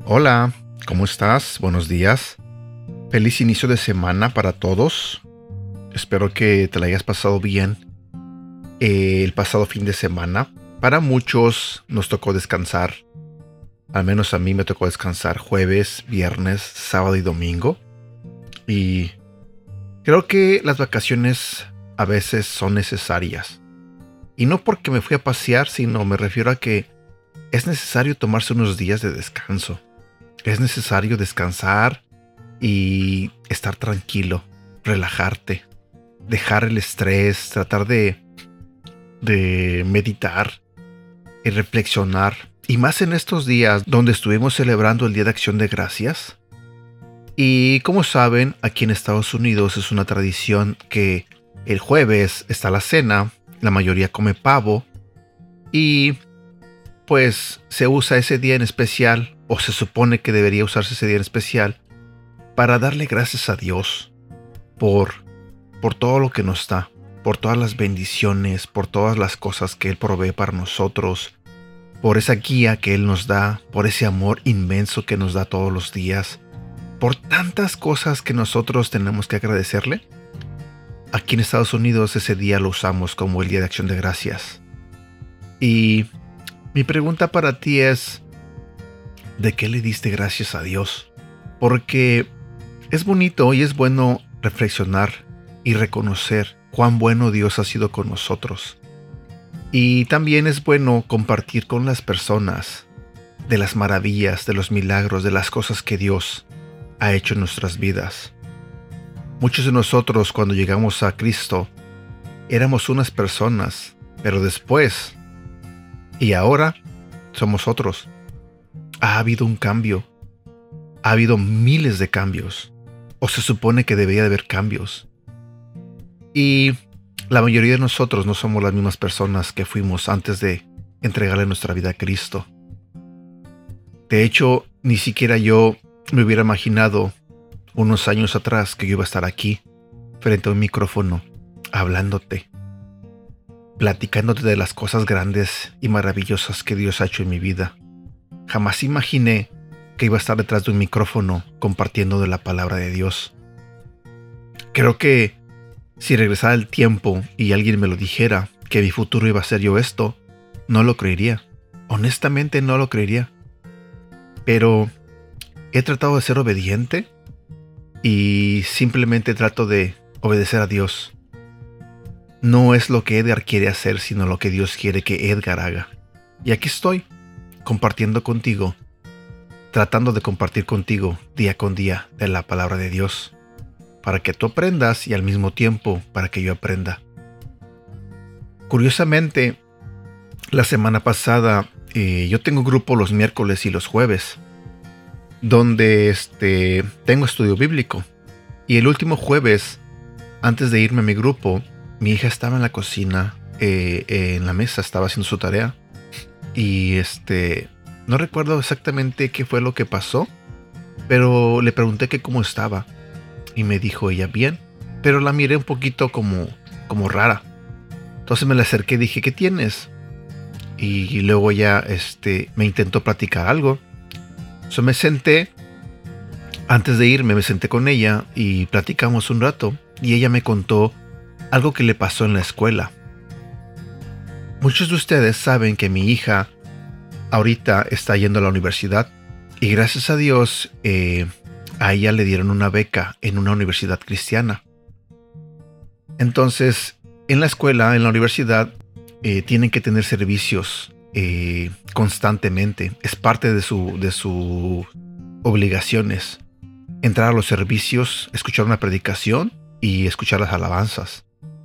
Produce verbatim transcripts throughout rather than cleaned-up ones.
Hola, ¿cómo estás? Buenos días. Feliz inicio de semana para todos. Espero que te la hayas pasado bien eh, el pasado fin de semana. Para muchos nos tocó descansar. Al menos a mí me tocó descansar jueves, viernes, sábado y domingo. Y creo que las vacaciones a veces son necesarias. Y no porque me fui a pasear, sino me refiero a que es necesario tomarse unos días de descanso. Es necesario descansar y estar tranquilo, relajarte, dejar el estrés, tratar de, de meditar y reflexionar. Y más en estos días donde estuvimos celebrando el Día de Acción de Gracias. Y como saben, aquí en Estados Unidos es una tradición que el jueves está la cena, la mayoría come pavo y pues se usa ese día en especial, o se supone que debería usarse ese día en especial, para darle gracias a Dios por, por todo lo que nos da, por todas las bendiciones, por todas las cosas que Él provee para nosotros, por esa guía que Él nos da, por ese amor inmenso que nos da todos los días, por tantas cosas que nosotros tenemos que agradecerle. Aquí en Estados Unidos ese día lo usamos como el Día de Acción de Gracias. Y mi pregunta para ti es, ¿de qué le diste gracias a Dios? Porque es bonito y es bueno reflexionar y reconocer cuán bueno Dios ha sido con nosotros. Y también es bueno compartir con las personas de las maravillas, de los milagros, de las cosas que Dios ha hecho en nuestras vidas. Muchos de nosotros cuando llegamos a Cristo éramos unas personas, pero después y ahora somos otros. Ha habido un cambio. Ha habido miles de cambios. O se supone que debería de haber cambios. Y la mayoría de nosotros no somos las mismas personas que fuimos antes de entregarle nuestra vida a Cristo. De hecho, ni siquiera yo me hubiera imaginado unos años atrás que yo iba a estar aquí, frente a un micrófono, hablándote, platicándote de las cosas grandes y maravillosas que Dios ha hecho en mi vida. Jamás imaginé que iba a estar detrás de un micrófono compartiendo de la palabra de Dios. Creo que si regresara el tiempo y alguien me lo dijera que mi futuro iba a ser yo esto, no lo creería. Honestamente no lo creería. Pero he tratado de ser obediente y simplemente trato de obedecer a Dios. No es lo que Edgar quiere hacer, sino lo que Dios quiere que Edgar haga. Y aquí estoy, compartiendo contigo, tratando de compartir contigo día con día de la palabra de Dios, para que tú aprendas y al mismo tiempo para que yo aprenda. Curiosamente, la semana pasada eh, yo tengo grupo los miércoles y los jueves, donde este, tengo estudio bíblico. Y el último jueves, antes de irme a mi grupo, mi hija estaba en la cocina, eh, eh, en la mesa, estaba haciendo su tarea. Y este, no recuerdo exactamente qué fue lo que pasó, pero le pregunté que cómo estaba. Y me dijo ella, bien, pero la miré un poquito como, como rara. Entonces me la acerqué y dije, ¿qué tienes? Y, y luego ella este, me intentó platicar algo. Entonces me senté, antes de irme me senté con ella y platicamos un rato. Y ella me contó algo que le pasó en la escuela. Muchos de ustedes saben que mi hija ahorita está yendo a la universidad y gracias a Dios eh, a ella le dieron una beca en una universidad cristiana. Entonces, en la escuela, en la universidad, eh, tienen que tener servicios eh, constantemente. Es parte de su, de sus obligaciones. Entrar a los servicios, escuchar una predicación y escuchar las alabanzas.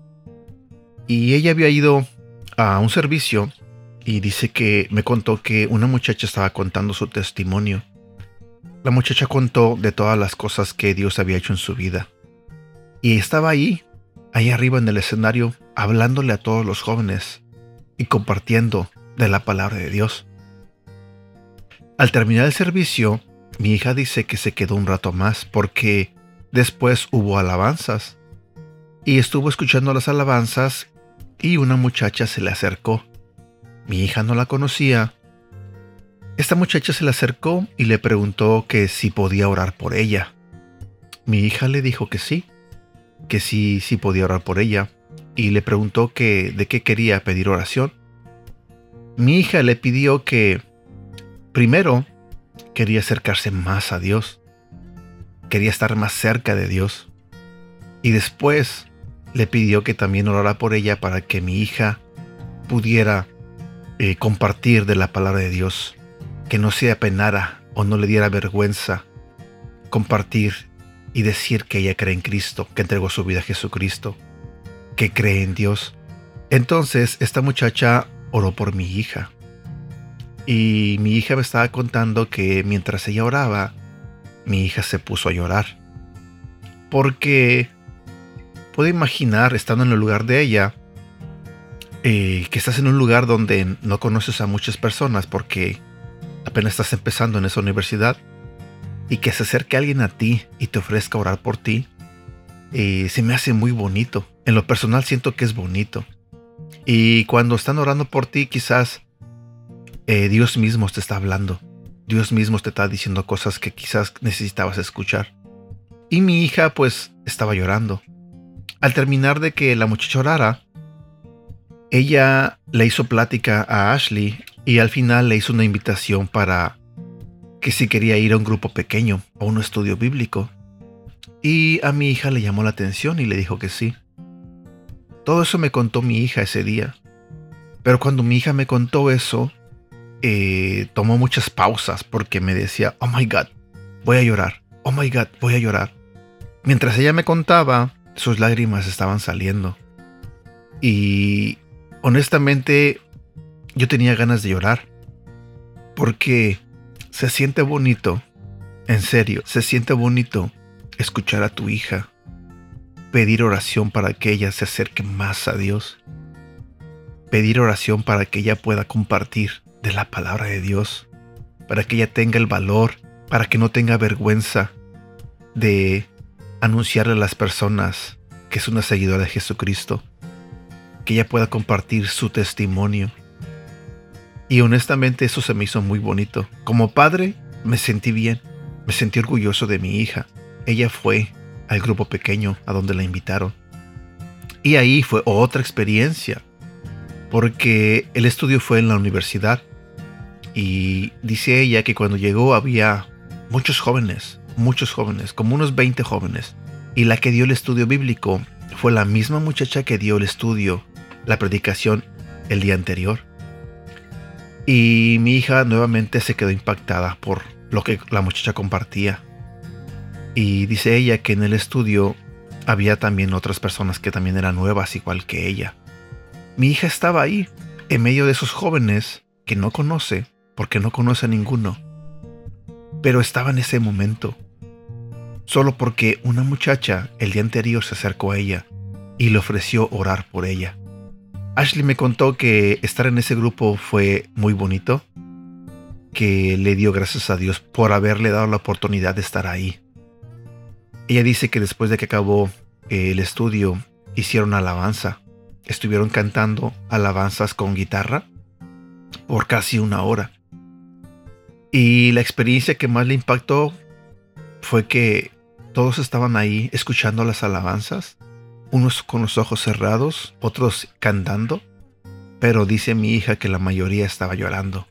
Y ella había ido a un servicio y dice que me contó que una muchacha estaba contando su testimonio. La muchacha contó de todas las cosas que Dios había hecho en su vida. Y estaba ahí, ahí arriba en el escenario, hablándole a todos los jóvenes y compartiendo de la palabra de Dios. Al terminar el servicio, mi hija dice que se quedó un rato más porque después hubo alabanzas. Y estuvo escuchando las alabanzas y una muchacha se le acercó. Mi hija no la conocía. Esta muchacha se le acercó y le preguntó que si podía orar por ella. Mi hija le dijo que sí, que sí, sí podía orar por ella, y le preguntó que de qué quería pedir oración. Mi hija le pidió que primero quería acercarse más a Dios, quería estar más cerca de Dios, y después le pidió que también orara por ella para que mi hija pudiera eh, compartir de la palabra de Dios, que no se apenara o no le diera vergüenza compartir y decir que ella cree en Cristo, que entregó su vida a Jesucristo, que cree en Dios. Entonces esta muchacha oró por mi hija, y mi hija me estaba contando que mientras ella oraba, mi hija se puso a llorar, porque puedo imaginar, estando en el lugar de ella, eh, que estás en un lugar donde no conoces a muchas personas porque apenas estás empezando en esa universidad, y que se acerque alguien a ti y te ofrezca orar por ti, eh, se me hace muy bonito. En lo personal siento que es bonito. Y cuando están orando por ti, quizás eh, Dios mismo te está hablando. Dios mismo te está diciendo cosas que quizás necesitabas escuchar. Y mi hija pues estaba llorando. Al terminar de que la muchacha orara, ella le hizo plática a Ashley y al final le hizo una invitación para que si quería ir a un grupo pequeño, a un estudio bíblico. Y a mi hija le llamó la atención y le dijo que sí. Todo eso me contó mi hija ese día. Pero cuando mi hija me contó eso, eh, tomó muchas pausas porque me decía, oh my God, voy a llorar. Oh my God, voy a llorar. Mientras ella me contaba, sus lágrimas estaban saliendo. Y honestamente, yo tenía ganas de llorar. Porque se siente bonito, en serio, se siente bonito escuchar a tu hija pedir oración para que ella se acerque más a Dios. Pedir oración para que ella pueda compartir de la palabra de Dios. Para que ella tenga el valor, para que no tenga vergüenza de anunciarle a las personas que es una seguidora de Jesucristo. Que ella pueda compartir su testimonio. Y honestamente eso se me hizo muy bonito. Como padre me sentí bien, me sentí orgulloso de mi hija. Ella fue al grupo pequeño a donde la invitaron. Y ahí fue otra experiencia, porque el estudio fue en la universidad. Y dice ella que cuando llegó había muchos jóvenes, muchos jóvenes, como unos veinte jóvenes. Y la que dio el estudio bíblico fue la misma muchacha que dio el estudio, la predicación el día anterior. Y mi hija nuevamente se quedó impactada por lo que la muchacha compartía. Y dice ella que en el estudio había también otras personas que también eran nuevas igual que ella. Mi hija estaba ahí, en medio de esos jóvenes que no conoce, porque no conoce a ninguno. Pero estaba en ese momento, solo porque una muchacha el día anterior se acercó a ella y le ofreció orar por ella. Ashley me contó que estar en ese grupo fue muy bonito, que le dio gracias a Dios por haberle dado la oportunidad de estar ahí. Ella dice que después de que acabó el estudio, hicieron alabanza. Estuvieron cantando alabanzas con guitarra por casi una hora. Y la experiencia que más le impactó fue que todos estaban ahí escuchando las alabanzas, unos con los ojos cerrados, otros cantando, pero dice mi hija que la mayoría estaba llorando.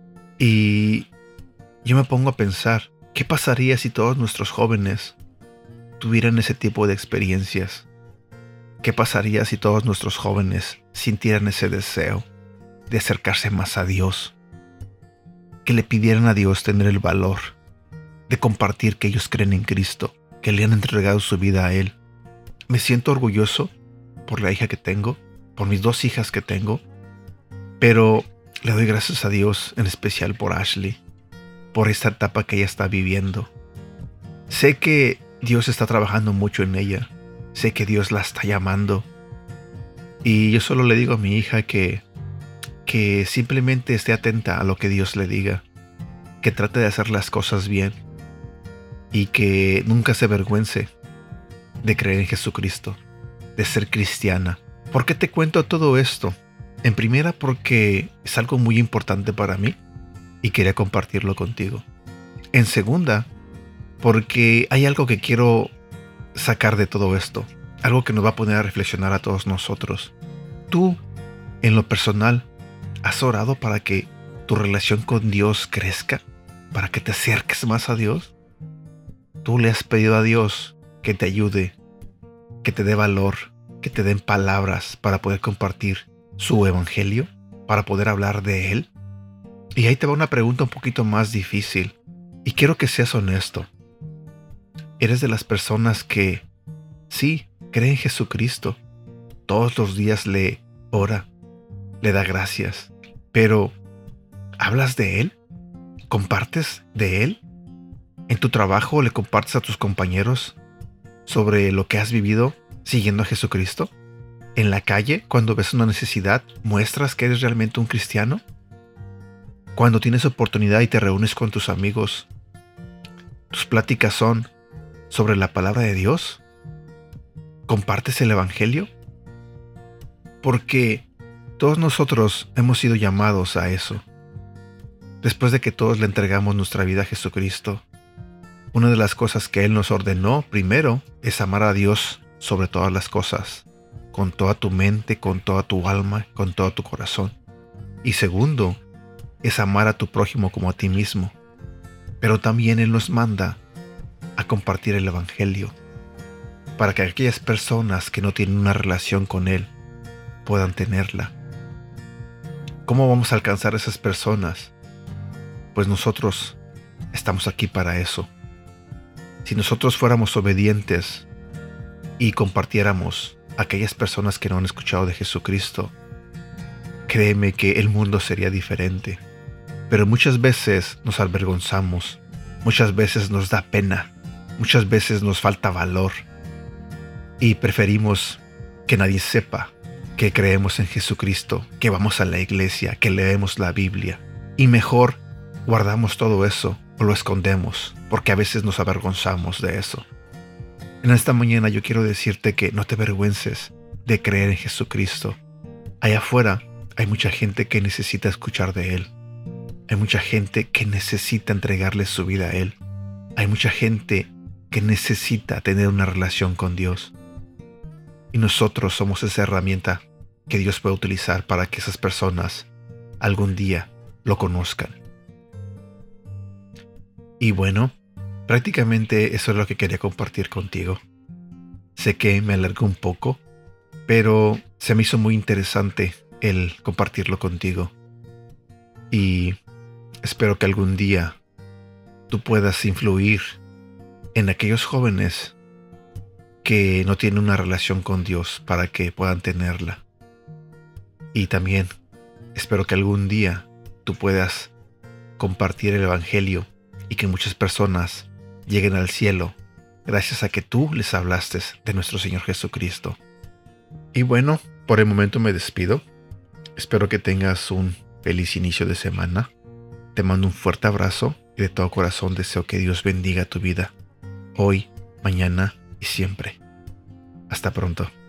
Y yo me pongo a pensar, ¿qué pasaría si todos nuestros jóvenes tuvieran ese tipo de experiencias? ¿Qué pasaría si todos nuestros jóvenes sintieran ese deseo de acercarse más a Dios? Que le pidieran a Dios tener el valor de compartir que ellos creen en Cristo, que le han entregado su vida a Él. Me siento orgulloso por la hija que tengo, por mis dos hijas que tengo, pero le doy gracias a Dios en especial por Ashley, por esta etapa que ella está viviendo. Sé que Dios está trabajando mucho en ella, sé que Dios la está llamando, y yo solo le digo a mi hija que, que simplemente esté atenta a lo que Dios le diga, que trate de hacer las cosas bien, y que nunca se avergüence de creer en Jesucristo, de ser cristiana. ¿Por qué te cuento todo esto? En primera, porque es algo muy importante para mí. y quería compartirlo contigo. En segunda, porque hay algo que quiero sacar de todo esto, algo que nos va a poner a reflexionar a todos nosotros. Tú, en lo personal, ¿has orado para que tu relación con Dios crezca? ¿Para que te acerques más a Dios? ¿Tú le has pedido a Dios que te ayude, que te dé valor, que te den palabras para poder compartir su evangelio, para poder hablar de Él? Y ahí te va una pregunta un poquito más difícil, y quiero que seas honesto. ¿Eres de las personas que sí cree en Jesucristo, todos los días le ora, le da gracias, pero hablas de Él? ¿Compartes de Él? ¿En tu trabajo le compartes a tus compañeros sobre lo que has vivido siguiendo a Jesucristo? ¿En la calle, cuando ves una necesidad, muestras que eres realmente un cristiano? Cuando tienes oportunidad y te reúnes con tus amigos, ¿tus pláticas son sobre la palabra de Dios? ¿Compartes el evangelio? Porque todos nosotros hemos sido llamados a eso. Después de que todos le entregamos nuestra vida a Jesucristo, una de las cosas que Él nos ordenó primero es amar a Dios sobre todas las cosas, con toda tu mente, con toda tu alma, con todo tu corazón. Y segundo, es amar a tu prójimo como a ti mismo. Pero también Él nos manda a compartir el evangelio, para que aquellas personas que no tienen una relación con Él puedan tenerla. ¿Cómo vamos a alcanzar a esas personas? Pues nosotros estamos aquí para eso. Si nosotros fuéramos obedientes y compartiéramos a aquellas personas que no han escuchado de Jesucristo, créeme que el mundo sería diferente. Pero muchas veces nos avergonzamos, muchas veces nos da pena, muchas veces nos falta valor y preferimos que nadie sepa que creemos en Jesucristo, que vamos a la iglesia, que leemos la Biblia, y mejor guardamos todo eso o lo escondemos, porque a veces nos avergonzamos de eso. En esta mañana yo quiero decirte que no te avergüences de creer en Jesucristo. Allá afuera hay mucha gente que necesita escuchar de Él. Hay mucha gente que necesita entregarle su vida a Él. Hay mucha gente que necesita tener una relación con Dios. Y nosotros somos esa herramienta que Dios puede utilizar para que esas personas algún día lo conozcan. Y bueno, prácticamente eso es lo que quería compartir contigo. Sé que me alargó un poco, pero se me hizo muy interesante el compartirlo contigo. Y espero que algún día tú puedas influir en aquellos jóvenes que no tienen una relación con Dios para que puedan tenerla. Y también espero que algún día tú puedas compartir el evangelio y que muchas personas lleguen al cielo gracias a que tú les hablaste de nuestro Señor Jesucristo. Y bueno, por el momento me despido. Espero que tengas un feliz inicio de semana. Te mando un fuerte abrazo y de todo corazón deseo que Dios bendiga tu vida, hoy, mañana y siempre. Hasta pronto.